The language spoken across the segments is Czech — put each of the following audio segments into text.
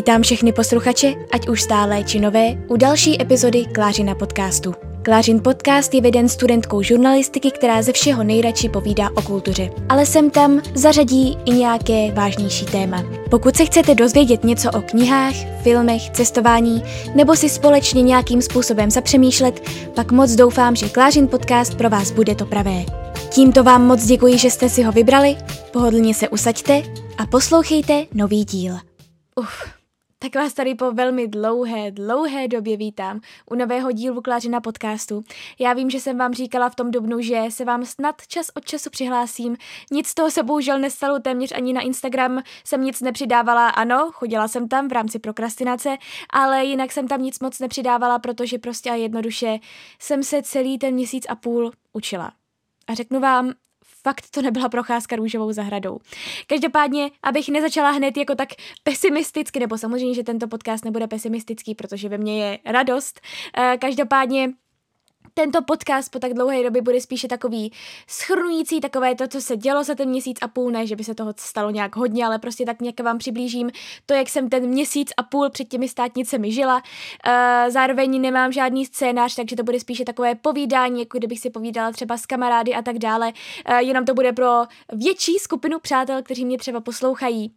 Vítám všechny posluchače, ať už stálé či nové, u další epizody Klářina podcastu. Klářin podcast je veden studentkou žurnalistiky, která ze všeho nejradši povídá o kultuře. Ale sem tam zařadí i nějaké vážnější téma. Pokud se chcete dozvědět něco o knihách, filmech, cestování, nebo si společně nějakým způsobem zapřemýšlet, pak moc doufám, že Klářin podcast pro vás bude to pravé. Tímto vám moc děkuji, že jste si ho vybrali, pohodlně se usaďte a poslouchejte nový díl. Tak vás tady po velmi dlouhé době vítám u nového dílu Klářina podcastu. Já vím, že jsem vám říkala v tom dubnu, že se vám snad čas od času přihlásím. Nic z toho se bohužel nestalo, téměř ani na Instagram jsem nic nepřidávala. Ano, chodila jsem tam v rámci prokrastinace, ale jinak jsem tam nic moc nepřidávala, protože prostě a jednoduše jsem se celý ten měsíc a půl učila. A řeknu vám, fakt to nebyla procházka růžovou zahradou. Každopádně, abych nezačala hned jako tak pesimisticky, nebo samozřejmě, že tento podcast nebude pesimistický, protože ve mně je radost. Každopádně tento podcast po tak dlouhé době bude spíše takový shrnující, takové to, co se dělo za ten měsíc a půl, ne, že by se toho stalo nějak hodně, ale prostě tak nějak vám přiblížím to, jak jsem ten měsíc a půl před těmi státnicemi žila. Zároveň nemám žádný scénář, takže to bude spíše takové povídání, jako kdybych si povídala třeba s kamarády a tak dále. Jenom to bude pro větší skupinu přátel, kteří mě třeba poslouchají.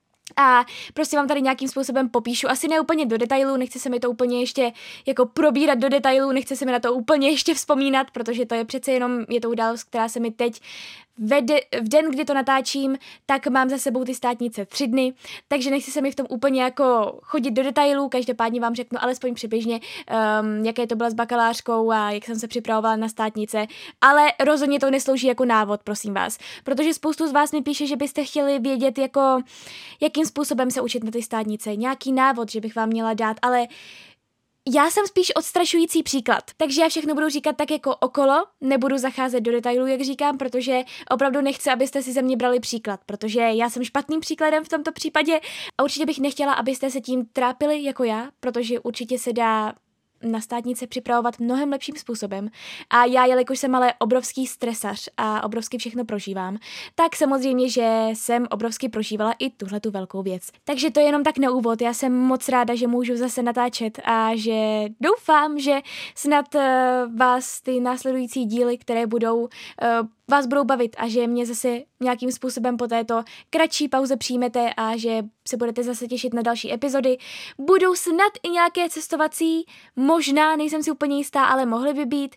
A prostě vám tady nějakým způsobem popíšu, asi ne úplně do detailů, nechci se mi to úplně ještě jako probírat do detailů, nechci se mi na to úplně ještě vzpomínat, protože to je přece jenom, je to událost, která se mi teď v den, kdy to natáčím, tak mám za sebou ty státnice 3 dny, takže nechci se mi v tom úplně jako chodit do detailů, každopádně vám řeknu alespoň přibližně, jaké to bylo s bakalářkou a jak jsem se připravovala na státnice, ale rozhodně to neslouží jako návod, prosím vás, protože spoustu z vás mi píše, že byste chtěli vědět jako, jakým způsobem se učit na ty státnice, nějaký návod, že bych vám měla dát, ale já jsem spíš odstrašující příklad, takže já všechno budu říkat tak jako okolo, nebudu zacházet do detailů, jak říkám, protože opravdu nechci, abyste si ze mě brali příklad, protože já jsem špatným příkladem v tomto případě a určitě bych nechtěla, abyste se tím trápili jako já, protože určitě se dá na státnice připravovat mnohem lepším způsobem a já, jelikož jsem ale obrovský stresař a obrovsky všechno prožívám, tak samozřejmě, že jsem obrovsky prožívala i tuhletu velkou věc. Takže to je jenom tak na úvod, já jsem moc ráda, že můžu zase natáčet a že doufám, že snad vás ty následující díly, které vás budou bavit a že mě zase nějakým způsobem po této kratší pauze přijmete a že se budete zase těšit na další epizody. Budou snad i nějaké cestovací, možná, nejsem si úplně jistá, ale mohly by být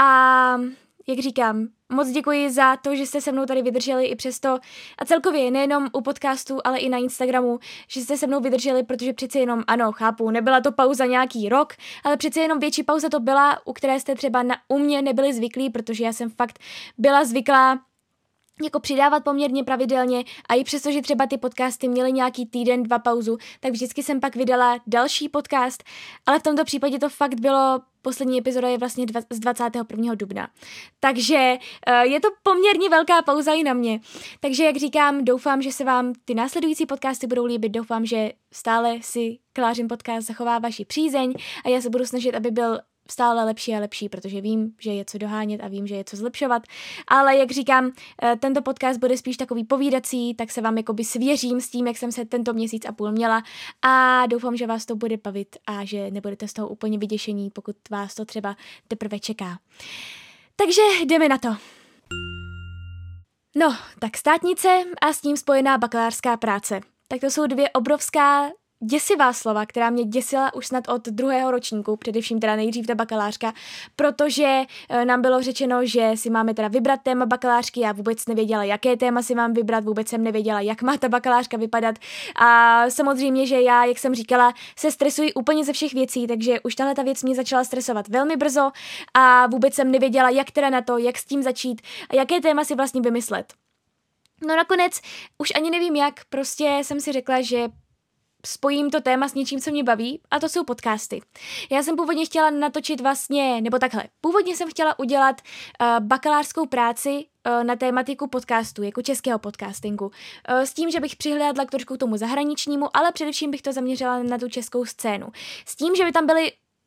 a jak říkám, moc děkuji za to, že jste se mnou tady vydrželi i přesto a celkově nejenom u podcastu, ale i na Instagramu, že jste se mnou vydrželi, protože přeci jenom, ano, chápu, nebyla to pauza nějaký rok, ale přeci jenom větší pauza to byla, u které jste třeba u mě nebyli zvyklí, protože já jsem fakt byla zvyklá jako přidávat poměrně pravidelně a i přesto, že třeba ty podcasty měly nějaký týden, 2 pauzu, tak vždycky jsem pak vydala další podcast, ale v tomto případě to fakt bylo, poslední epizoda je vlastně z 21. dubna. Takže je to poměrně velká pauza i na mě. Takže jak říkám, doufám, že se vám ty následující podcasty budou líbit, doufám, že stále si Klářin podcast zachová vaši přízeň a já se budu snažit, aby byl stále lepší a lepší, protože vím, že je co dohánět a vím, že je co zlepšovat, ale jak říkám, tento podcast bude spíš takový povídací, tak se vám jakoby svěřím s tím, jak jsem se tento měsíc a půl měla a doufám, že vás to bude bavit a že nebudete z toho úplně vyděšení, pokud vás to třeba teprve čeká. Takže jdeme na to. No, tak státnice a s tím spojená bakalářská práce. Tak to jsou 2 obrovská děsivá slova, která mě děsila už snad od 2. ročníku, především teda nejdřív ta bakalářka, protože nám bylo řečeno, že si máme teda vybrat téma bakalářky, já vůbec nevěděla, jaké téma si mám vybrat, vůbec jsem nevěděla, jak má ta bakalářka vypadat a samozřejmě, že já, jak jsem říkala, se stresuji úplně ze všech věcí, takže už tahle ta věc mě začala stresovat velmi brzo a vůbec jsem nevěděla, jak teda na to, jak s tím začít a jaké téma si vlastně vymyslet. No nakonec už ani nevím jak, prostě jsem si řekla, že spojím to téma s něčím, co mě baví, a to jsou podcasty. Já jsem původně chtěla natočit vlastně, nebo takhle, původně jsem chtěla udělat bakalářskou práci na tématiku podcastu, jako českého podcastingu. S tím, že bych přihlédla k trošku tomu zahraničnímu, ale především bych to zaměřila na tu českou scénu. S tím, že by tam byly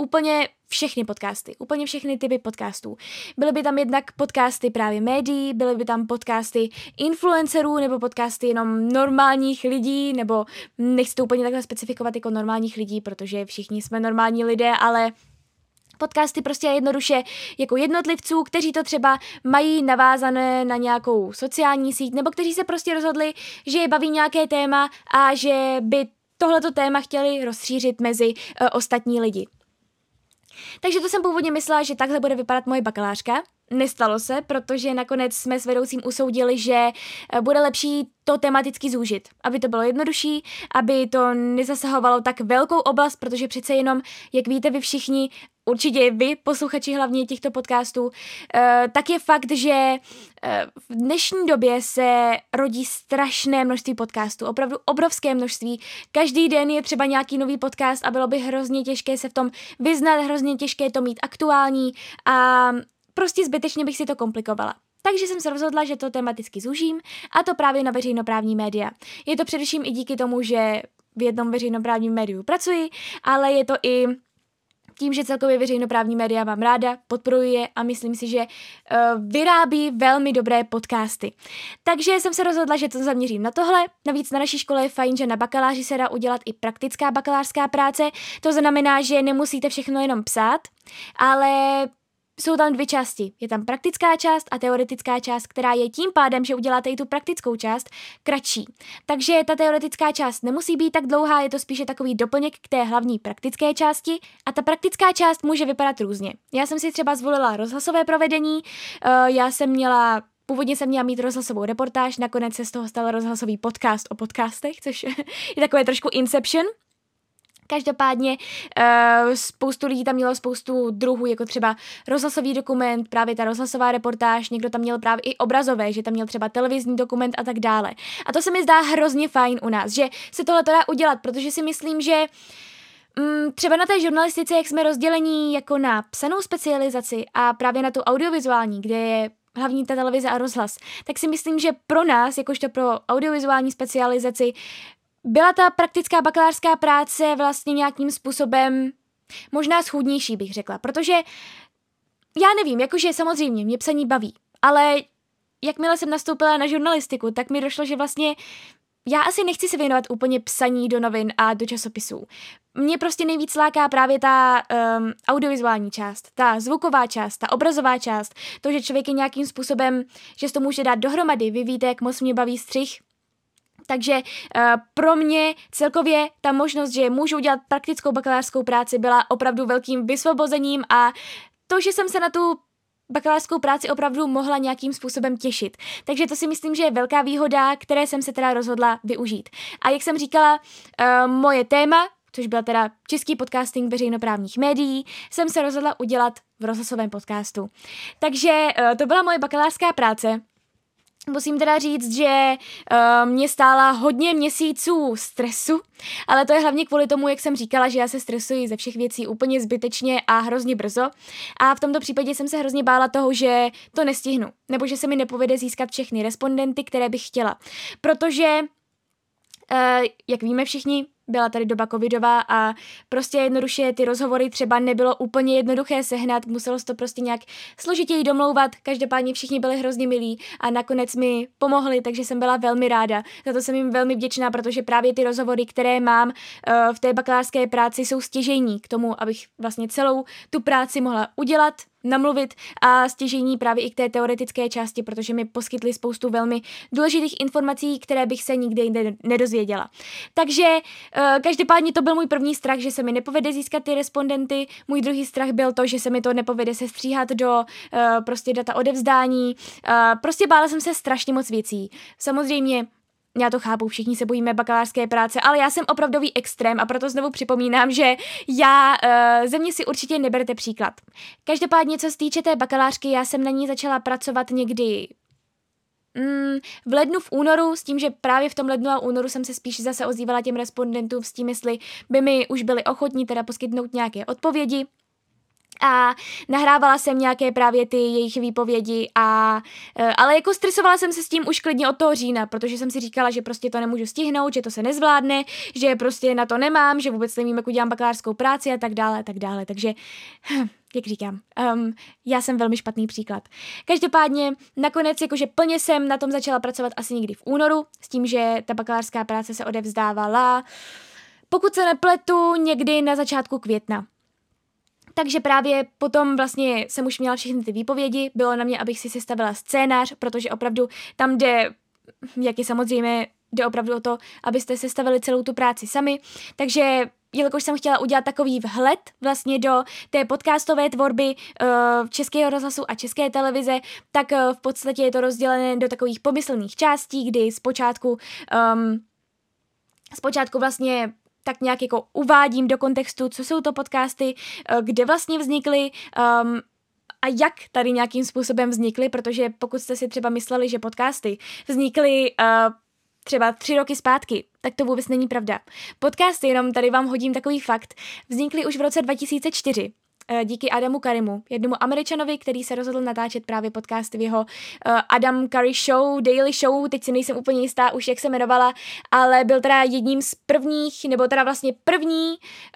úplně všechny podcasty, úplně všechny typy podcastů. Byly by tam jednak podcasty právě médií, byly by tam podcasty influencerů nebo podcasty jenom normálních lidí, nebo nechci to úplně takhle specifikovat jako normálních lidí, protože všichni jsme normální lidé, ale podcasty prostě jednoduše jako jednotlivců, kteří to třeba mají navázané na nějakou sociální síť, nebo kteří se prostě rozhodli, že je baví nějaké téma a že by tohleto téma chtěli rozšířit mezi ostatní lidi. Takže to jsem původně myslela, že takhle bude vypadat moje bakalářka. Nestalo se, protože nakonec jsme s vedoucím usoudili, že bude lepší to tematicky zúžit, aby to bylo jednodušší, aby to nezasahovalo tak velkou oblast, protože přece jenom, jak víte vy všichni, určitě vy, posluchači hlavně těchto podcastů, tak je fakt, že v dnešní době se rodí strašné množství podcastů, opravdu obrovské množství. Každý den je třeba nějaký nový podcast a bylo by hrozně těžké se v tom vyznat, hrozně těžké to mít aktuální a prostě zbytečně bych si to komplikovala. Takže jsem se rozhodla, že to tematicky zúžím a to právě na veřejnoprávní média. Je to především i díky tomu, že v jednom veřejnoprávním médiu pracuji, ale je to i tím, že celkově veřejnoprávní média mám ráda, podporuji je a myslím si, že vyrábí velmi dobré podcasty. Takže jsem se rozhodla, že to zaměřím na tohle. Navíc na naší škole je fajn, že na bakaláři se dá udělat i praktická bakalářská práce. To znamená, že nemusíte všechno jenom psát, ale jsou tam dvě části. Je tam praktická část a teoretická část, která je tím pádem, že uděláte i tu praktickou část, kratší. Takže ta teoretická část nemusí být tak dlouhá, je to spíše takový doplněk k té hlavní praktické části a ta praktická část může vypadat různě. Já jsem si třeba zvolila rozhlasové provedení, Původně jsem měla mít rozhlasovou reportáž, nakonec se z toho stal rozhlasový podcast o podcastech, což je takové trošku Inception. Každopádně spoustu lidí tam mělo spoustu druhů, jako třeba rozhlasový dokument, právě ta rozhlasová reportáž, někdo tam měl právě i obrazové, že tam měl třeba televizní dokument a tak dále. A to se mi zdá hrozně fajn u nás, že se tohle to dá udělat, protože si myslím, že třeba na té žurnalistice, jak jsme rozdělení jako na psanou specializaci a právě na tu audiovizuální, kde je hlavní ta televize a rozhlas, tak si myslím, že pro nás, jakožto pro audiovizuální specializaci, byla ta praktická bakalářská práce vlastně nějakým způsobem možná schůdnější, bych řekla, protože já nevím, jakože samozřejmě mě psaní baví, ale jakmile jsem nastoupila na žurnalistiku, tak mi došlo, že vlastně já asi nechci se věnovat úplně psaní do novin a do časopisů. Mě prostě nejvíc láká právě ta audiovizuální část, ta zvuková část, ta obrazová část, to, že člověk je nějakým způsobem, že se to může dát dohromady. Vy víte, jak moc mě baví střih. Takže pro mě celkově ta možnost, že můžu udělat praktickou bakalářskou práci, byla opravdu velkým vysvobozením a to, že jsem se na tu bakalářskou práci opravdu mohla nějakým způsobem těšit. Takže to si myslím, že je velká výhoda, které jsem se teda rozhodla využít. A jak jsem říkala, moje téma, což byl teda český podcasting veřejnoprávních médií, jsem se rozhodla udělat v rozhlasovém podcastu. Takže to byla moje bakalářská práce. Musím teda říct, že mě stála hodně měsíců stresu, ale to je hlavně kvůli tomu, jak jsem říkala, že já se stresuji ze všech věcí úplně zbytečně a hrozně brzo. A v tomto případě jsem se hrozně bála toho, že to nestihnu, nebo že se mi nepovede získat všechny respondenty, které bych chtěla. Protože, jak víme všichni, byla tady doba covidová a prostě jednoduše ty rozhovory třeba nebylo úplně jednoduché sehnat, muselo se to prostě nějak složitěji domlouvat, každopádně všichni byli hrozně milí a nakonec mi pomohli, takže jsem byla velmi ráda. Za to jsem jim velmi vděčná, protože právě ty rozhovory, které mám v té bakalářské práci, jsou stěžejní k tomu, abych vlastně celou tu práci mohla udělat, namluvit a stěžejní právě i k té teoretické části, protože mi poskytli spoustu velmi důležitých informací, které bych se nikdy jinde nedozvěděla. Takže každopádně to byl můj první strach, že se mi nepovede získat ty respondenty. Můj druhý strach byl to, že se mi to nepovede sestříhat do prostě data odevzdání. Prostě bála jsem se strašně moc věcí. Samozřejmě já to chápu, všichni se bojíme bakalářské práce, ale já jsem opravdový extrém a proto znovu připomínám, že ze mě si určitě neberte příklad. Každopádně, co se týče té bakalářky, já jsem na ní začala pracovat někdy v lednu, v únoru, s tím, že právě v tom lednu a únoru jsem se spíš zase ozývala těm respondentům s tím, jestli by mi už byli ochotní teda poskytnout nějaké odpovědi. a nahrávala jsem nějaké právě ty jejich výpovědi ale jako stresovala jsem se s tím už klidně od toho října, protože jsem si říkala, že prostě to nemůžu stihnout, že to se nezvládne, že prostě na to nemám, že vůbec nevím, jak udělám bakalářskou práci a tak dále, takže jak říkám, já jsem velmi špatný příklad. Každopádně nakonec jakože plně jsem na tom začala pracovat asi někdy v únoru, s tím, že ta bakalářská práce se odevzdávala, pokud se nepletu, někdy na začátku května. Takže právě potom vlastně jsem už měla všechny ty výpovědi, bylo na mě, abych si sestavila scénář, protože opravdu tam jde, jak je samozřejmě, jde opravdu o to, abyste sestavili celou tu práci sami, takže jelikož jsem chtěla udělat takový vhled vlastně do té podcastové tvorby Českého rozhlasu a České televize, tak v podstatě je to rozdělené do takových pomyslných částí, kdy zpočátku vlastně tak nějak jako uvádím do kontextu, co jsou to podcasty, kde vlastně vznikly a jak tady nějakým způsobem vznikly, protože pokud jste si třeba mysleli, že podcasty vznikly třeba 3 roky zpátky, tak to vůbec není pravda. Podcasty, jenom tady vám hodím takový fakt, vznikly už v roce 2004. Díky Adamu Carimu, jednomu Američanovi, který se rozhodl natáčet právě podcast v jeho Adam Curry Show, Daily Show, teď si nejsem úplně jistá už, jak se jmenovala, ale byl teda jedním z prvních, nebo teda vlastně první,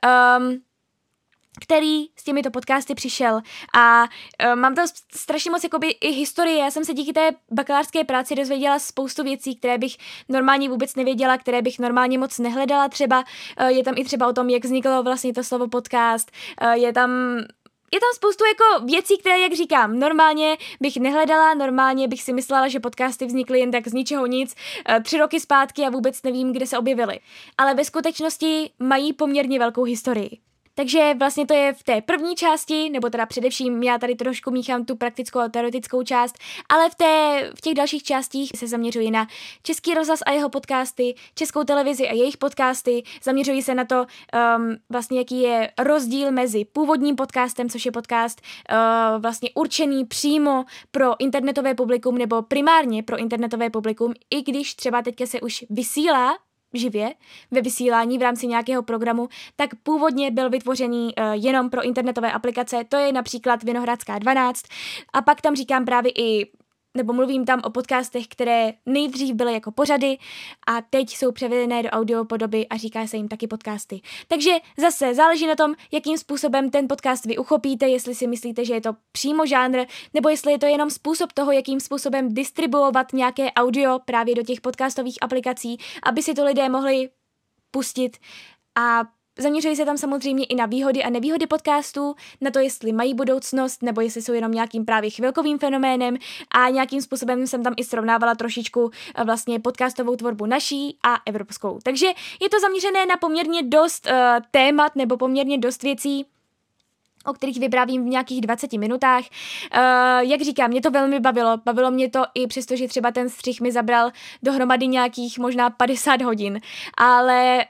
který s těmito podcasty přišel a mám tam strašně moc jakoby i historie, já jsem se díky té bakalářské práci dozvěděla spoustu věcí, které bych normálně vůbec nevěděla, které bych normálně moc nehledala třeba, je tam i třeba o tom, jak vzniklo vlastně to slovo podcast, je tam spoustu jako věcí, které, jak říkám, normálně bych nehledala, normálně bych si myslela, že podcasty vznikly jen tak z ničeho nic 3 roky zpátky a vůbec nevím, kde se objevily. Ale ve skutečnosti mají poměrně velkou historii. Takže vlastně to je v té první části, nebo teda především já tady trošku míchám tu praktickou a teoretickou část, ale v těch dalších částích se zaměřuji na Český rozhlas a jeho podcasty, Českou televizi a jejich podcasty, zaměřuji se na to vlastně, jaký je rozdíl mezi původním podcastem, což je podcast vlastně určený přímo pro internetové publikum nebo primárně pro internetové publikum, i když třeba teďka se už vysílá živě ve vysílání v rámci nějakého programu, tak původně byl vytvořený jenom pro internetové aplikace, to je například Vinohradská 12 a pak tam říkám právě nebo mluvím tam o podcastech, které nejdřív byly jako pořady a teď jsou převedené do audiopodoby a říká se jim taky podcasty. Takže zase záleží na tom, jakým způsobem ten podcast vy uchopíte, jestli si myslíte, že je to přímo žánr, nebo jestli je to jenom způsob toho, jakým způsobem distribuovat nějaké audio právě do těch podcastových aplikací, aby si to lidé mohli pustit a zaměřují se tam samozřejmě i na výhody a nevýhody podcastů, na to, jestli mají budoucnost, nebo jestli jsou jenom nějakým právě chvilkovým fenoménem a nějakým způsobem jsem tam i srovnávala trošičku vlastně podcastovou tvorbu naší a evropskou. Takže je to zaměřené na poměrně dost témat nebo poměrně dost věcí, o kterých vyprávím v nějakých 20 minutách. Jak říkám, mě to velmi bavilo. Bavilo mě to i přesto, že třeba ten střih mi zabral dohromady nějakých možná 50 hodin, ale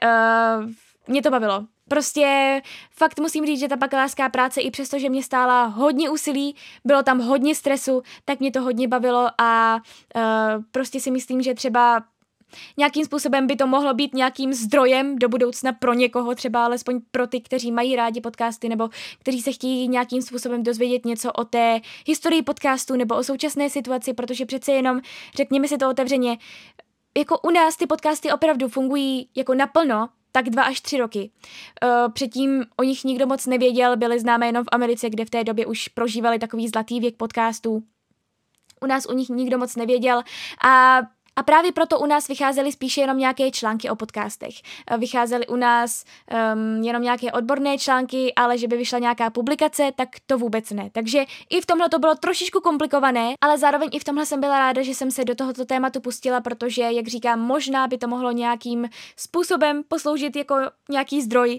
mě to bavilo. Prostě fakt musím říct, že ta bakalářská práce, i přesto, že mě stála hodně úsilí, bylo tam hodně stresu, tak mě to hodně bavilo a prostě si myslím, že třeba nějakým způsobem by to mohlo být nějakým zdrojem do budoucna pro někoho, třeba alespoň pro ty, kteří mají rádi podcasty nebo kteří se chtějí nějakým způsobem dozvědět něco o té historii podcastu nebo o současné situaci, protože přece jenom, řekněme si to otevřeně, jako u nás ty podcasty opravdu fungují jako naplno, tak 2 až 3 roky. Předtím o nich nikdo moc nevěděl, byly známé jenom v Americe, kde v té době už prožívali takový zlatý věk podcastů. U nás o nich nikdo moc nevěděl a právě proto u nás vycházely spíše jenom nějaké články o podcastech. Vycházely u nás jenom nějaké odborné články, ale že by vyšla nějaká publikace, tak to vůbec ne. Takže i v tomhle to bylo trošičku komplikované, ale zároveň i v tomhle jsem byla ráda, že jsem se do tohoto tématu pustila, protože, jak říkám, možná by to mohlo nějakým způsobem posloužit jako nějaký zdroj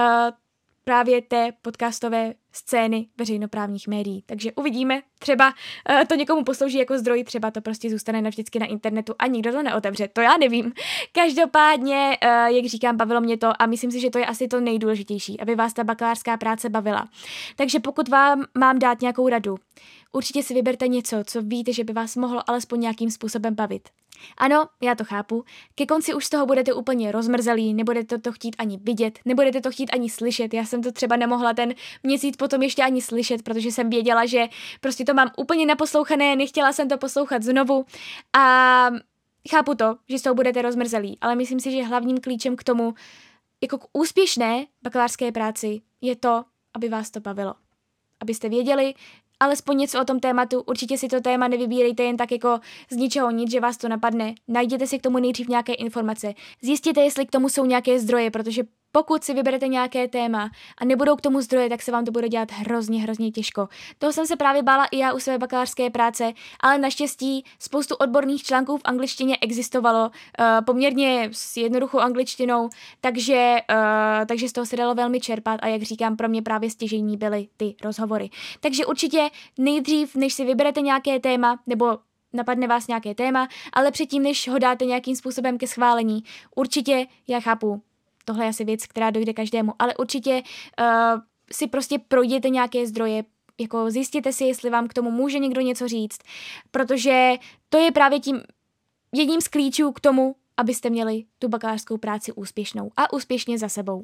právě té podcastové scény veřejnoprávních médií. Takže uvidíme, třeba to někomu poslouží jako zdroj, třeba to prostě zůstane navždycky na internetu a nikdo to neotevře, to já nevím. Každopádně, jak říkám, bavilo mě to a myslím si, že to je asi to nejdůležitější, aby vás ta bakalářská práce bavila. Takže pokud vám mám dát nějakou radu, určitě si vyberte něco, co víte, že by vás mohlo alespoň nějakým způsobem bavit. Ano, já to chápu. Ke konci už z toho budete úplně rozmrzelí, nebudete to chtít ani vidět, nebudete to chtít ani slyšet. Já jsem to třeba nemohla ten měsíc potom ještě ani slyšet, protože jsem věděla, že prostě to mám úplně naposlouchané, nechtěla jsem to poslouchat znovu a chápu to, že z toho budete rozmrzelí, ale myslím si, že hlavním klíčem k tomu, jako k úspěšné bakalářské práci, je to, aby vás to bavilo. Abyste věděli alespoň něco o tom tématu, určitě si to téma nevybírejte jen tak jako z ničeho nic, že vás to napadne. Najděte si k tomu nejdřív nějaké informace. Zjistěte, jestli k tomu jsou nějaké zdroje, protože pokud si vyberete nějaké téma a nebudou k tomu zdroje, tak se vám to bude dělat hrozně těžko. Toho jsem se právě bála i já u své bakalářské práce, ale naštěstí spoustu odborných článků v angličtině existovalo, poměrně s jednoduchou angličtinou, takže z toho se dalo velmi čerpat a jak říkám, pro mě právě stěžejní byly ty rozhovory. Takže určitě nejdřív, než si vyberete nějaké téma, nebo napadne vás nějaké téma, ale předtím, než ho dáte nějakým způsobem ke schválení, určitě, já chápu, tohle je asi věc, která dojde každému, ale určitě si prostě projděte nějaké zdroje, jako zjistěte si, jestli vám k tomu může někdo něco říct, protože to je právě tím jedním z klíčů k tomu, abyste měli tu bakalářskou práci úspěšnou a úspěšně za sebou.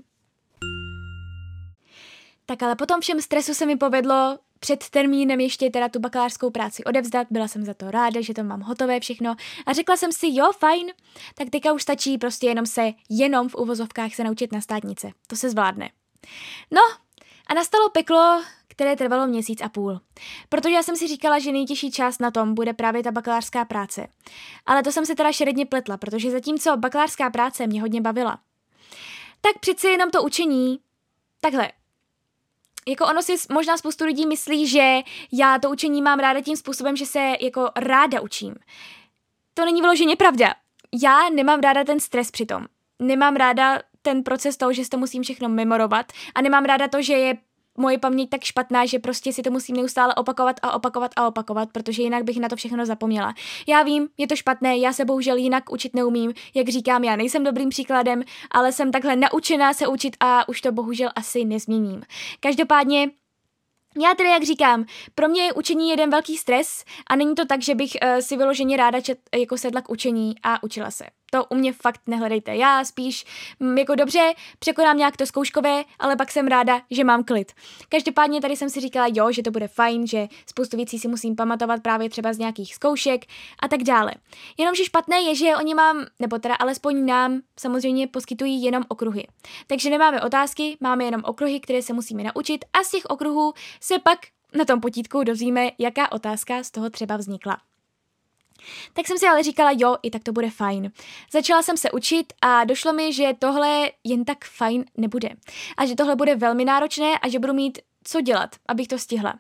Tak ale po tom všem stresu se mi povedlo před termínem ještě teda tu bakalářskou práci odevzdat, byla jsem za to ráda, že to mám hotové všechno a řekla jsem si, jo, fajn, tak teďka už stačí prostě jenom v uvozovkách se naučit na státnice, to se zvládne. No a nastalo peklo, které trvalo 1,5 měsíce, protože já jsem si říkala, že nejtěžší část na tom bude právě ta bakalářská práce. Ale to jsem se teda šeredně pletla, protože zatímco bakalářská práce mě hodně bavila, tak přeci jenom to učení, takhle, jako ono si možná spoustu lidí myslí, že já to učení mám ráda tím způsobem, že se jako ráda učím. To není vyloženě pravda. Já nemám ráda ten stres přitom. Nemám ráda ten proces toho, že si to musím všechno memorovat a nemám ráda to, že je moje paměť tak špatná, že prostě si to musím neustále opakovat, protože jinak bych na to všechno zapomněla. Já vím, je to špatné, já se bohužel jinak učit neumím, jak říkám, já nejsem dobrým příkladem, ale jsem takhle naučená se učit a už to bohužel asi nezměním. Každopádně já tedy, jak říkám, pro mě je učení jeden velký stres a není to tak, že bych si vyloženě ráda jako sedla k učení a učila se. To u mě fakt nehledejte. Já spíš jako dobře překonám nějak to zkouškové, ale pak jsem ráda, že mám klid. Každopádně tady jsem si říkala, jo, že to bude fajn, že spoustu věcí si musím pamatovat právě třeba z nějakých zkoušek a tak dále. Jenomže špatné je, že oni nebo teda alespoň nám samozřejmě poskytují jenom okruhy. Takže nemáme otázky, máme jenom okruhy, které se musíme naučit a z těch okruhů se pak na tom potítku dozvíme, jaká otázka z toho třeba vznikla. Tak jsem si ale říkala, jo, i tak to bude fajn. Začala jsem se učit a došlo mi, že tohle jen tak fajn nebude. A že tohle bude velmi náročné a že budu mít co dělat, abych to stihla.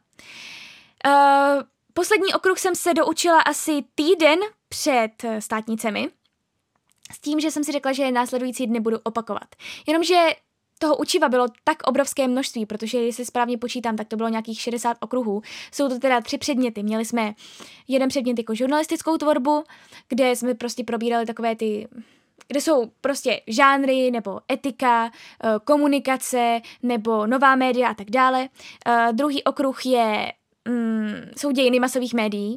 Poslední okruh jsem se doučila asi týden před státnicemi, s tím, že jsem si řekla, že následující dny budu opakovat. Jenomže toho učiva bylo tak obrovské množství, protože jestli správně počítám, tak to bylo nějakých 60 okruhů. Jsou to teda 3 předměty. Měli jsme jeden předmět jako žurnalistickou tvorbu, kde jsme prostě probírali takové ty, kde jsou prostě žánry, nebo etika, komunikace, nebo nová média a tak dále. Druhý okruh jsou dějiny masových médií.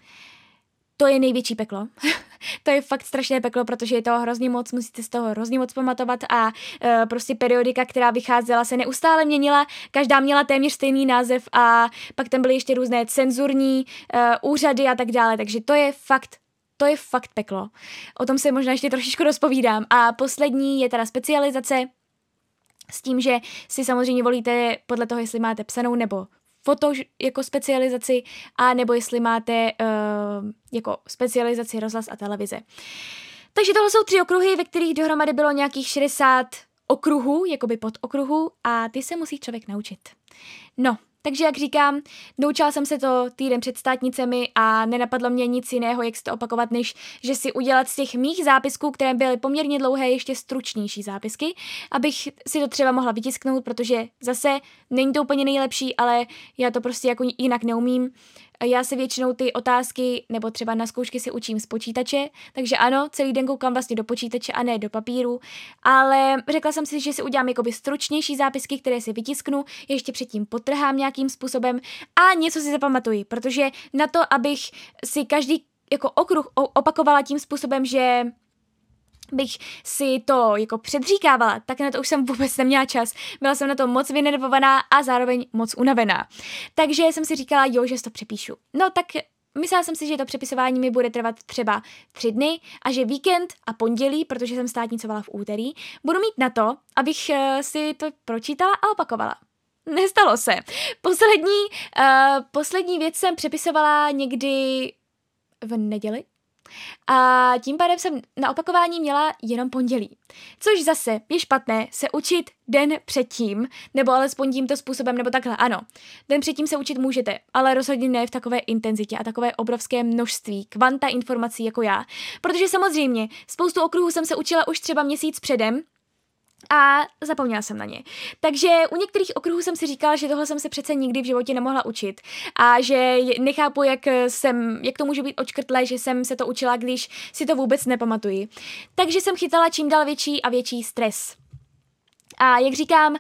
To je největší peklo. To je fakt strašné peklo, protože je toho hrozně moc, musíte z toho hrozně moc pamatovat a prostě periodika, která vycházela, se neustále měnila, každá měla téměř stejný název a pak tam byly ještě různé cenzurní úřady a tak dále, takže to je fakt peklo. O tom se možná ještě trošičku rozpovídám. A poslední je teda specializace s tím, že si samozřejmě volíte podle toho, jestli máte psanou nebo foto jako specializaci a nebo jestli máte jako specializaci rozhlas a televize. Takže tohle jsou 3 okruhy, ve kterých dohromady bylo nějakých 60 okruhů, jakoby podokruhů a ty se musí člověk naučit. No, takže jak říkám, doučila jsem se to týden před státnicemi a nenapadlo mě nic jiného, jak si to opakovat, než že si udělat z těch mých zápisků, které byly poměrně dlouhé, ještě stručnější zápisky, abych si to třeba mohla vytisknout, protože zase není to úplně nejlepší, ale já to prostě jako jinak neumím. Já si většinou ty otázky nebo třeba na zkoušky si učím z počítače, takže ano, celý den koukám vlastně do počítače a ne do papíru, ale řekla jsem si, že si udělám jakoby stručnější zápisky, které si vytisknu, ještě předtím potrhám nějakým způsobem a něco si zapamatuji, protože na to, abych si každý jako okruh opakovala tím způsobem, že bych si to jako předříkávala, tak na to už jsem vůbec neměla čas. Byla jsem na to moc vynervovaná a zároveň moc unavená. Takže jsem si říkala, jo, že to přepíšu. No tak myslela jsem si, že to přepisování mi bude trvat třeba 3 dny a že víkend a pondělí, protože jsem státnicovala v úterý, budu mít na to, abych si to pročítala a opakovala. Nestalo se. Poslední věc jsem přepisovala někdy v neděli. A tím pádem jsem na opakování měla jenom pondělí. Což zase je špatné se učit den předtím, nebo alespoň tímto způsobem, nebo takhle, ano. Den předtím se učit můžete, ale rozhodně ne v takové intenzitě a takové obrovské množství, kvanta informací jako já. Protože samozřejmě spoustu okruhů jsem se učila už třeba měsíc předem, a zapomněla jsem na ně. Takže u některých okruhů jsem si říkala, že tohle jsem se přece nikdy v životě nemohla učit a že nechápu, jak to může být očkrtlé, že jsem se to učila, když si to vůbec nepamatuji. Takže jsem chytala čím dál větší a větší stres. A jak říkám,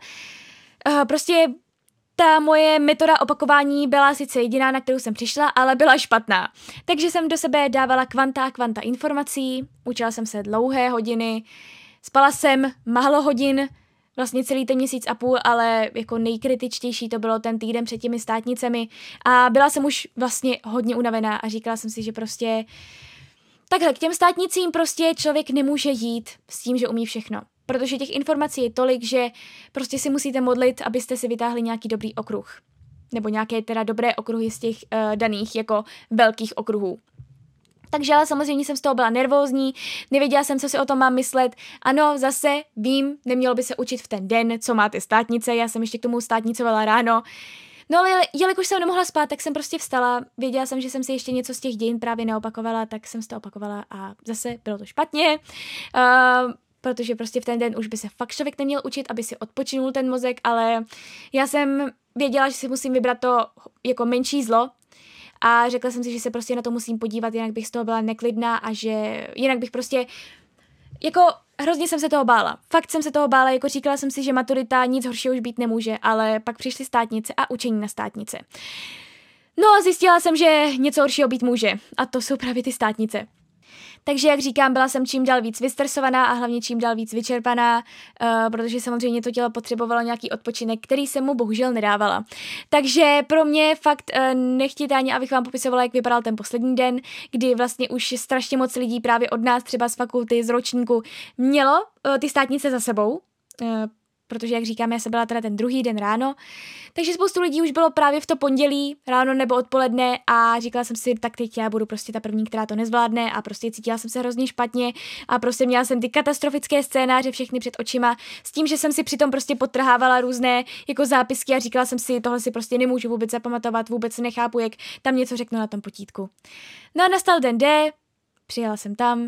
prostě ta moje metoda opakování byla sice jediná, na kterou jsem přišla, ale byla špatná. Takže jsem do sebe dávala kvanta informací, učila jsem se dlouhé hodiny, spala jsem málo hodin, vlastně celý ten měsíc a půl, ale jako nejkritičtější to bylo ten týden před těmi státnicemi a byla jsem už vlastně hodně unavená a říkala jsem si, že prostě takhle k těm státnicím prostě člověk nemůže jít s tím, že umí všechno. Protože těch informací je tolik, že prostě si musíte modlit, abyste si vytáhli nějaký dobrý okruh. Nebo nějaké teda dobré okruhy z těch daných jako velkých okruhů. Takže ale samozřejmě jsem z toho byla nervózní, nevěděla jsem, co si o tom mám myslet. Ano, zase vím, nemělo by se učit v ten den, co máte státnice, já jsem ještě k tomu státnicovala ráno. No ale jelikož jsem nemohla spát, tak jsem prostě vstala, věděla jsem, že jsem si ještě něco z těch dějin právě neopakovala, tak jsem si to opakovala a zase bylo to špatně, protože prostě v ten den už by se fakt člověk neměl učit, aby si odpočinul ten mozek, ale já jsem věděla, že si musím vybrat to jako menší zlo, a řekla jsem si, že se prostě na to musím podívat, jinak bych z toho byla neklidná a že jinak bych prostě, jako hrozně jsem se toho bála. Fakt jsem se toho bála, jako říkala jsem si, že maturita nic horšího už být nemůže, ale pak přišly státnice a učení na státnice. No a zjistila jsem, že něco horšího být může a to jsou právě ty státnice. Takže, jak říkám, byla jsem čím dál víc vystresovaná a hlavně čím dál víc vyčerpaná, protože samozřejmě to tělo potřebovalo nějaký odpočinek, který jsem mu bohužel nedávala. Takže pro mě fakt nechtějte ani, abych vám popisovala, jak vypadal ten poslední den, kdy vlastně už strašně moc lidí právě od nás, třeba z fakulty, z ročníku, mělo ty státnice za sebou, protože, jak říkám, já jsem byla teda ten druhý den ráno, takže spoustu lidí už bylo právě v to pondělí, ráno nebo odpoledne a říkala jsem si, tak teď já budu prostě ta první, která to nezvládne a prostě cítila jsem se hrozně špatně a prostě měla jsem ty katastrofické scénáře všechny před očima s tím, že jsem si přitom prostě podtrhávala různé jako zápisky a říkala jsem si, tohle si prostě nemůžu vůbec zapamatovat, vůbec nechápu, jak tam něco řeknu na tom potítku. No a nastal den D, přijela jsem tam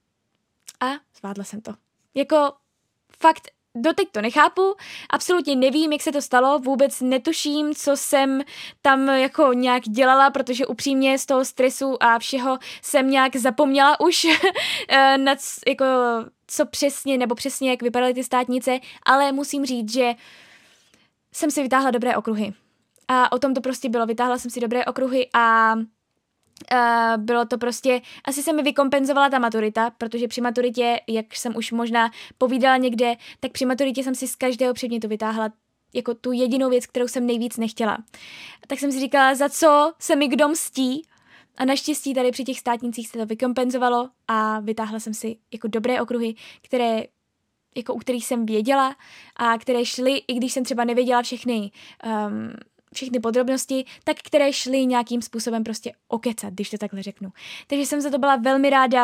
a zvládla jsem to. Jako fakt doteď to nechápu, absolutně nevím, jak se to stalo, vůbec netuším, co jsem tam jako nějak dělala, protože upřímně z toho stresu a všeho jsem nějak zapomněla už na jako co přesně, nebo přesně jak vypadaly ty státnice, ale musím říct, že jsem si vytáhla dobré okruhy. A o tom to prostě bylo, vytáhla jsem si dobré okruhy a bylo to prostě, asi se mi vykompenzovala ta maturita, protože při maturitě, jak jsem už možná povídala někde, tak při maturitě jsem si z každého předmětu vytáhla jako tu jedinou věc, kterou jsem nejvíc nechtěla. Tak jsem si říkala, za co se mi kdo mstí a naštěstí tady při těch státnicích se to vykompenzovalo a vytáhla jsem si jako dobré okruhy, které jako u kterých jsem věděla a které šly, i když jsem třeba nevěděla všechny podrobnosti, tak které šly nějakým způsobem prostě okecat, když to takhle řeknu. Takže jsem za to byla velmi ráda.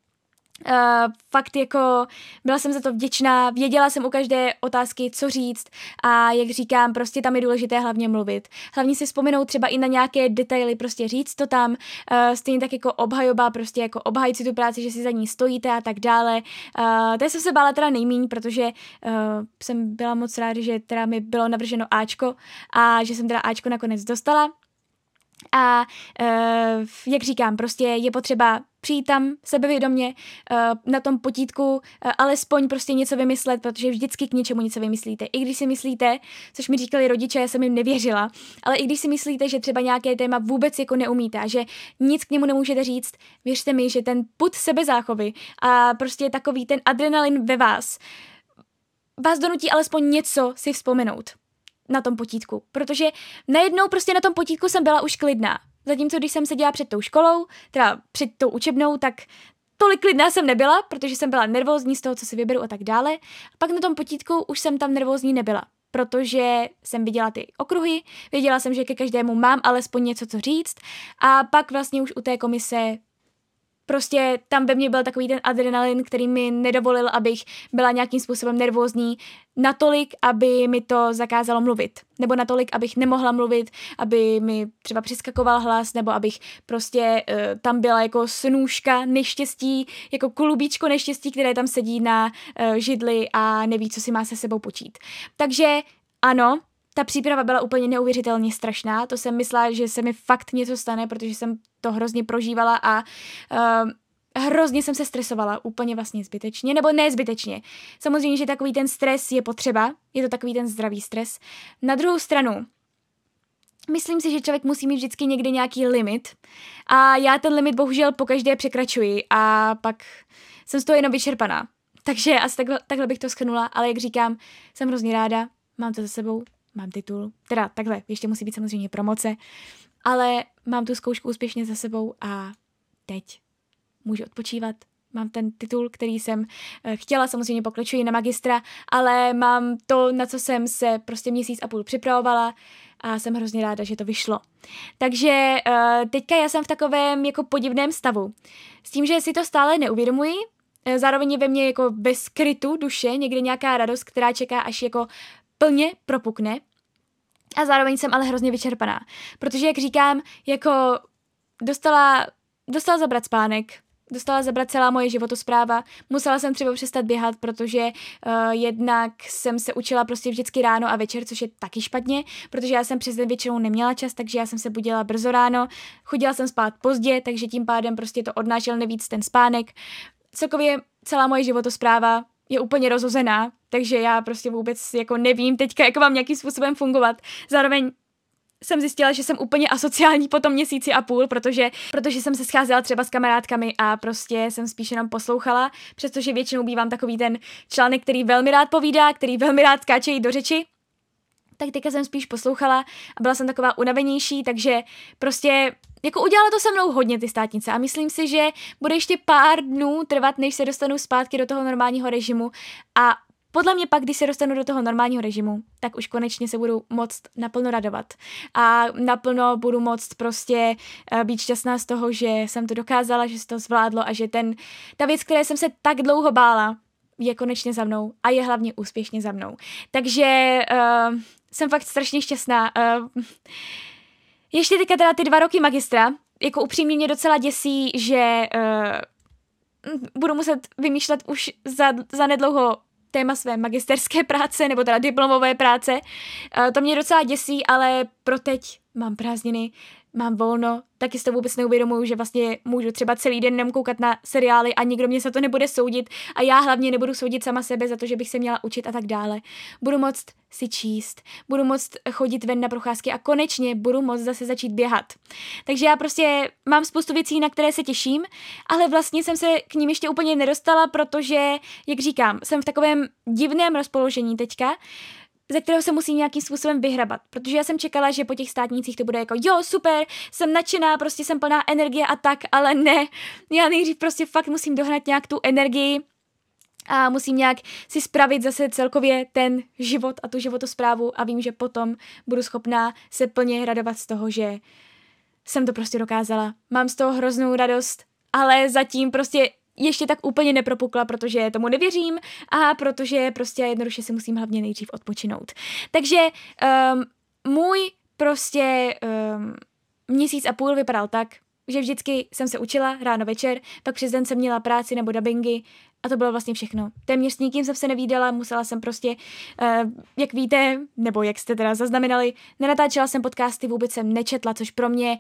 Fakt jako byla jsem za to vděčná, věděla jsem u každé otázky, co říct a jak říkám, prostě tam je důležité hlavně mluvit. Hlavně si vzpomenout třeba i na nějaké detaily, prostě říct to tam, stejně tak jako obhajoba, prostě jako obhajit si tu práci, že si za ní stojíte a tak dále. To jsem se bála teda nejmíň, protože jsem byla moc ráda, že teda mi bylo navrženo Ačko a že jsem teda Ačko nakonec dostala. A jak říkám, prostě je potřeba přijít tam sebevědomě na tom potítku, alespoň prostě něco vymyslet, protože vždycky k něčemu něco vymyslíte. I když si myslíte, což mi říkali rodiče, já jsem jim nevěřila, ale i když si myslíte, že třeba nějaké téma vůbec jako neumíte a že nic k němu nemůžete říct, věřte mi, že ten pud sebezáchovy a prostě takový ten adrenalin ve vás donutí alespoň něco si vzpomenout na tom potítku, protože najednou prostě na tom potítku jsem byla už klidná. Zatímco když jsem seděla před tou školou, teda před tou učebnou, tak tolik klidná jsem nebyla, protože jsem byla nervózní z toho, co si vyberu a tak dále. A pak na tom potítku už jsem tam nervózní nebyla, protože jsem viděla ty okruhy, věděla jsem, že ke každému mám alespoň něco co říct a pak vlastně už u té komise prostě tam ve mně byl takový ten adrenalin, který mi nedovolil, abych byla nějakým způsobem nervózní natolik, aby mi to zakázalo mluvit. Nebo natolik, abych nemohla mluvit, aby mi třeba přeskakoval hlas, nebo abych prostě tam byla jako snůžka neštěstí, jako klubíčko neštěstí, které tam sedí na židli a neví, co si má se sebou počít. Takže ano, ta příprava byla úplně neuvěřitelně strašná, to jsem myslela, že se mi fakt něco stane, protože jsem to hrozně prožívala a hrozně jsem se stresovala, úplně vlastně zbytečně, nebo ne zbytečně. Samozřejmě, že takový ten stres je potřeba, je to takový ten zdravý stres. Na druhou stranu, myslím si, že člověk musí mít vždycky někde nějaký limit a já ten limit bohužel pokaždé překračuji a pak jsem z toho jenom vyčerpaná. Takže asi takhle bych to shrnula, ale jak říkám, jsem hrozně ráda, mám to za sebou. Mám titul, teda takhle, ještě musí být samozřejmě promoce, ale mám tu zkoušku úspěšně za sebou a teď můžu odpočívat. Mám ten titul, který jsem chtěla, samozřejmě pokračuji na magistra, ale mám to, na co jsem se prostě 1,5 měsíce připravovala a jsem hrozně ráda, že to vyšlo. Takže teďka já jsem v takovém jako podivném stavu. S tím, že si to stále neuvědomuji, zároveň je ve mně jako ve skrytu duše někde nějaká radost, která čeká, až jako plně propukne a zároveň jsem ale hrozně vyčerpaná, protože jak říkám, jako dostala zabrat spánek, dostala zabrat celá moje životospráva, musela jsem třeba přestat běhat, protože jednak jsem se učila prostě vždycky ráno a večer, což je taky špatně, protože já jsem přes den většinou neměla čas, takže já jsem se budila brzo ráno, chodila jsem spát pozdě, takže tím pádem prostě to odnášel nejvíc ten spánek. Celkově celá moje životospráva je úplně rozhozená, takže já prostě vůbec jako nevím teďka, jak mám nějakým způsobem fungovat. Zároveň jsem zjistila, že jsem úplně asociální po tom 1,5 měsíci, protože jsem se scházela třeba s kamarádkami a prostě jsem spíš jenom poslouchala, přestože většinou bývám takový ten článek, který velmi rád povídá, který velmi rád skáče jí do řeči. Tak teďka jsem spíš poslouchala a byla jsem taková unavenější, takže prostě jako udělala to se mnou hodně ty státnice a myslím si, že bude ještě pár dnů trvat, než se dostanu zpátky do toho normálního režimu a podle mě pak, když se dostanu do toho normálního režimu, tak už konečně se budu moct naplno radovat a naplno budu moct prostě být šťastná z toho, že jsem to dokázala, že se to zvládlo a že ta věc, které jsem se tak dlouho bála, je konečně za mnou a je hlavně úspěšně za mnou. Takže jsem fakt strašně šťastná. Ještě teďka teda ty 2 roky magistra, jako upřímně mě docela děsí, že budu muset vymýšlet už za nedlouho téma své magisterské práce, nebo teda diplomové práce. To mě docela děsí, ale pro teď mám prázdniny, mám volno, taky si to vůbec neuvědomuju, že vlastně můžu třeba celý den nem koukat na seriály a nikdo mě za to nebude soudit a já hlavně nebudu soudit sama sebe za to, že bych se měla učit a tak dále. Budu moct si číst, budu moct chodit ven na procházky a konečně budu moct zase začít běhat. Takže já prostě mám spoustu věcí, na které se těším, ale vlastně jsem se k ním ještě úplně nedostala, protože, jak říkám, jsem v takovém divném rozpoložení teďka, ze kterého se musím nějakým způsobem vyhrabat, protože já jsem čekala, že po těch státnících to bude jako jo, super, jsem nadšená, prostě jsem plná energie a tak, ale ne, já nejdřív prostě fakt musím dohnat nějak tu energii a musím nějak si spravit zase celkově ten život a tu životosprávu a vím, že potom budu schopná se plně radovat z toho, že jsem to prostě dokázala. Mám z toho hroznou radost, ale zatím prostě ještě tak úplně nepropukla, protože tomu nevěřím a protože prostě jednoduše si musím hlavně nejdřív odpočinout. Takže můj prostě 1,5 měsíce vypadal tak, že vždycky jsem se učila ráno večer, pak přes den jsem měla práci nebo dabingy A to bylo vlastně všechno. Téměř s nikým jsem se nevídala, musela jsem prostě, jak víte, nebo jak jste teda zaznamenali, nenatáčela jsem podcasty, vůbec jsem nečetla, což pro mě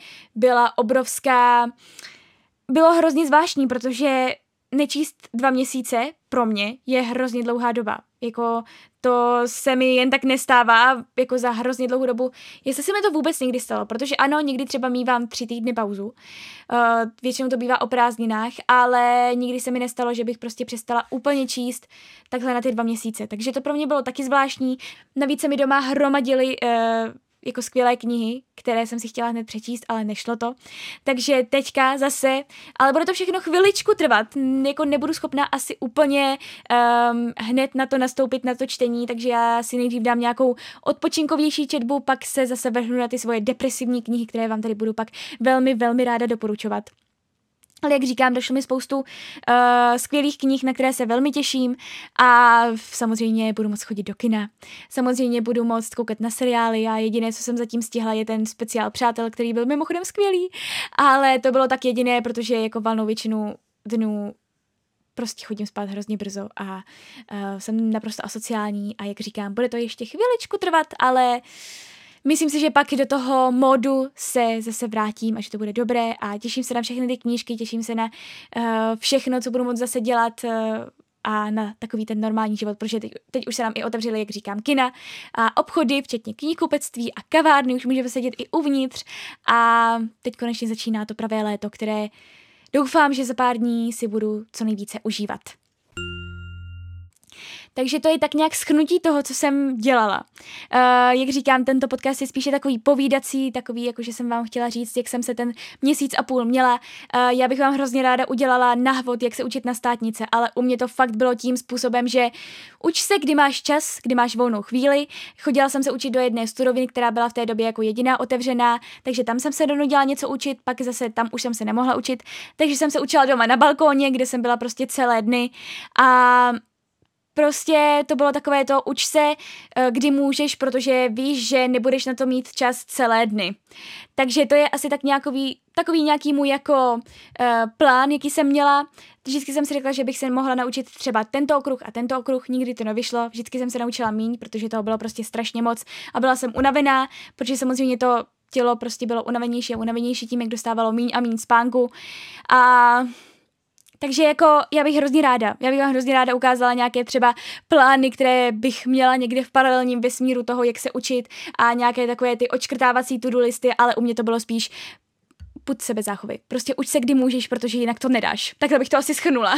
bylo hrozně zvláštní, protože nečíst 2 měsíce pro mě je hrozně dlouhá doba. Jako to se mi jen tak nestává jako za hrozně dlouhou dobu. Jestli se mi to vůbec někdy stalo, protože ano, někdy třeba mívám 3 týdny pauzu. Většinou to bývá o prázdninách, ale nikdy se mi nestalo, že bych prostě přestala úplně číst takhle na ty 2 měsíce. Takže to pro mě bylo taky zvláštní. Navíc se mi doma hromadily jako skvělé knihy, které jsem si chtěla hned přečíst, ale nešlo to. Takže teďka zase, ale bude to všechno chviličku trvat, jako nebudu schopna asi úplně hned na to nastoupit, na to čtení, takže já si nejdřív dám nějakou odpočinkovější četbu, pak se zase vrhnu na ty svoje depresivní knihy, které vám tady budu pak velmi, velmi ráda doporučovat. Ale jak říkám, došlo mi spoustu skvělých knih, na které se velmi těším a samozřejmě budu moct chodit do kina. Samozřejmě budu moct koukat na seriály a jediné, co jsem zatím stihla, je ten speciál Přátel, který byl mimochodem skvělý, ale to bylo tak jediné, protože jako valnou většinu dnů prostě chodím spát hrozně brzo a jsem naprosto asociální a jak říkám, bude to ještě chviličku trvat, ale myslím si, že pak do toho módu se zase vrátím a že to bude dobré a těším se na všechny ty knížky, těším se na všechno, co budu moct zase dělat a na takový ten normální život, protože teď už se nám i otevřely, jak říkám, kina a obchody, včetně knihkupectví a kavárny, už můžeme sedět i uvnitř a teď konečně začíná to pravé léto, které doufám, že za pár dní si budu co nejvíce užívat. Takže to je tak nějak shrnutí toho, co jsem dělala. Jak říkám, tento podcast je spíše takový povídací, takový, jakože jsem vám chtěla říct, jak jsem se ten 1,5 měsíce měla. Já bych vám hrozně ráda udělala návod, jak se učit na státnice, ale u mě to fakt bylo tím způsobem, že uč se, kdy máš čas, kdy máš volnou chvíli. Chodila jsem se učit do jedné studovny, která byla v té době jako jediná otevřená, takže tam jsem se donutila něco učit, pak zase tam už jsem se nemohla učit, takže jsem se učila doma na balkóně, kde jsem byla prostě celé dny a prostě to bylo takové to, uč se, kdy můžeš, protože víš, že nebudeš na to mít čas celé dny. Takže to je asi tak takový nějaký můj jako plán, jaký jsem měla. Vždycky jsem si řekla, že bych se mohla naučit třeba tento okruh a tento okruh, nikdy to nevyšlo. Vždycky jsem se naučila míň, protože toho bylo prostě strašně moc a byla jsem unavená, protože samozřejmě to tělo prostě bylo unavenější a unavenější tím, jak dostávalo míň a míň spánku. Takže jako já bych vám hrozně ráda ukázala nějaké třeba plány, které bych měla někde v paralelním vesmíru toho, jak se učit a nějaké takové ty odškrtávací to-do listy, ale u mě to bylo spíš pud sebezáchovy. Prostě uč se, kdy můžeš, protože jinak to nedáš. Takhle bych to asi shrnula.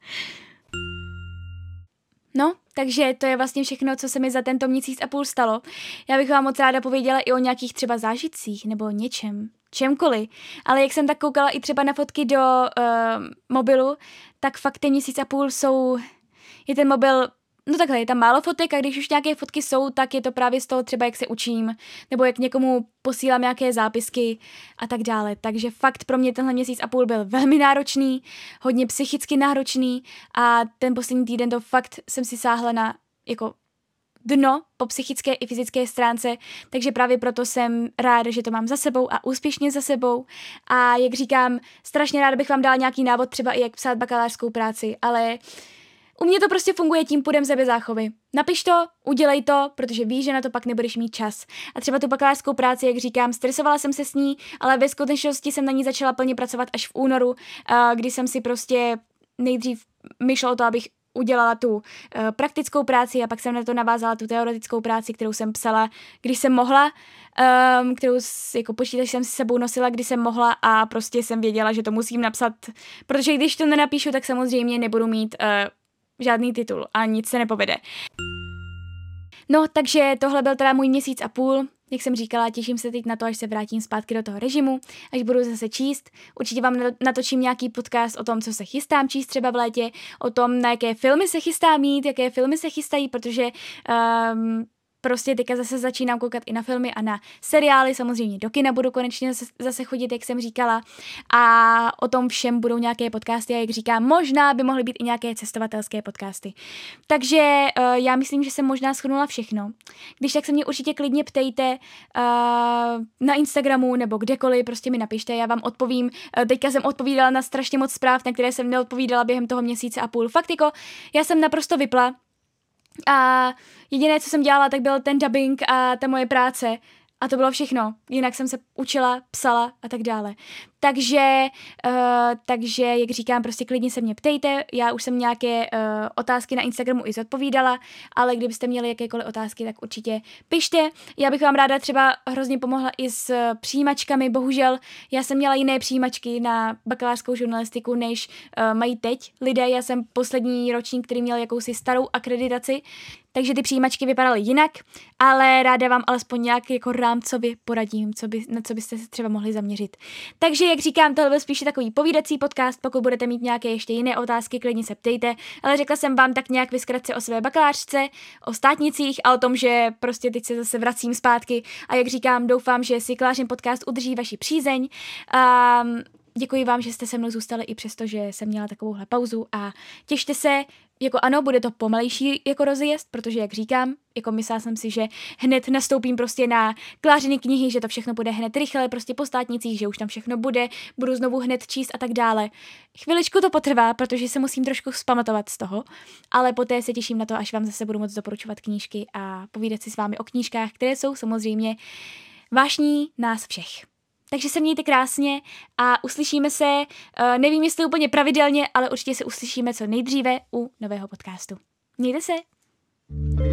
No, takže to je vlastně všechno, co se mi za tento 1,5 měsíce stalo. Já bych vám moc ráda pověděla i o nějakých třeba zážitcích nebo čemkoliv, ale jak jsem tak koukala i třeba na fotky do mobilu, tak fakt ten 1,5 měsíce je ten mobil, no takhle, je tam málo fotek a když už nějaké fotky jsou, tak je to právě z toho třeba, jak se učím, nebo jak někomu posílám nějaké zápisky a tak dále. Takže fakt pro mě tenhle 1,5 měsíce byl velmi náročný, hodně psychicky náročný a ten poslední týden to fakt jsem si sáhla na jako dno po psychické i fyzické stránce, takže právě proto jsem ráda, že to mám za sebou a úspěšně za sebou a jak říkám, strašně ráda bych vám dala nějaký návod třeba i jak psát bakalářskou práci, ale u mě to prostě funguje tím pudem sebezáchovy. Napiš to, udělej to, protože víš, že na to pak nebudeš mít čas. A třeba tu bakalářskou práci, jak říkám, stresovala jsem se s ní, ale ve skutečnosti jsem na ní začala plně pracovat až v únoru, kdy jsem si prostě nejdřív myšlo o to, abych udělala tu praktickou práci a pak jsem na to navázala tu teoretickou práci, kterou jsem psala, když jsem mohla, kterou jako počítač jsem si sebou nosila, když jsem mohla a prostě jsem věděla, že to musím napsat, protože když to nenapíšu, tak samozřejmě nebudu mít žádný titul a nic se nepovede. No, takže tohle byl teda můj 1,5 měsíce. Jak jsem říkala, těším se teď na to, až se vrátím zpátky do toho režimu, až budu zase číst. Určitě vám natočím nějaký podcast o tom, co se chystám číst třeba v létě, o tom, na jaké filmy se chystám mít, jaké filmy se chystají, protože prostě teďka zase začínám koukat i na filmy a na seriály, samozřejmě do kina budu konečně zase chodit, jak jsem říkala, a o tom všem budou nějaké podcasty a jak říkám, možná by mohly být i nějaké cestovatelské podcasty. Takže já myslím, že jsem možná shrnula všechno. Když tak se mě určitě klidně ptejte na Instagramu nebo kdekoliv, prostě mi napište, já vám odpovím. Teďka jsem odpovídala na strašně moc zpráv, na které jsem neodpovídala během toho měsíce a půl. Fakt jako, já jsem naprosto vypla a jediné, co jsem dělala, tak byl ten dubbing a ta moje práce a to bylo všechno. Jinak jsem se učila, psala a tak dále. Takže jak říkám, prostě klidně se mě ptejte, já už jsem nějaké otázky na Instagramu i zodpovídala, ale kdybyste měli jakékoliv otázky, tak určitě pište. Já bych vám ráda třeba hrozně pomohla i s přijímačkami, bohužel já jsem měla jiné přijímačky na bakalářskou žurnalistiku, než mají teď lidé. Já jsem poslední ročník, který měl jakousi starou akreditaci, takže ty přijímačky vypadaly jinak, ale ráda vám alespoň nějak jako rámcově poradím, na co byste se třeba mohli zaměřit. Takže jak říkám, tohle byl spíše takový povídací podcast, pokud budete mít nějaké ještě jiné otázky, klidně se ptejte, ale řekla jsem vám tak nějak ve zkratce o své bakalářce, o státnicích a o tom, že prostě teď se zase vracím zpátky a jak říkám, doufám, že si Klářin podcast udrží vaši přízeň. Děkuji vám, že jste se mnou zůstali i přesto, že jsem měla takovouhle pauzu a těšte se, jako ano, bude to pomalejší jako rozjezd, protože jak říkám, jako myslela jsem si, že hned nastoupím prostě na Klářiny knihy, že to všechno bude hned rychle, prostě po státnicích, že už tam všechno budu znovu hned číst a tak dále. Chviličku to potrvá, protože se musím trošku vzpamatovat z toho, ale poté se těším na to, až vám zase budu moct doporučovat knížky a povídat si s vámi o knížkách, které jsou samozřejmě vášní nás všech. Takže se mějte krásně a uslyšíme se, nevím jestli úplně pravidelně, ale určitě se uslyšíme co nejdříve u nového podcastu. Mějte se!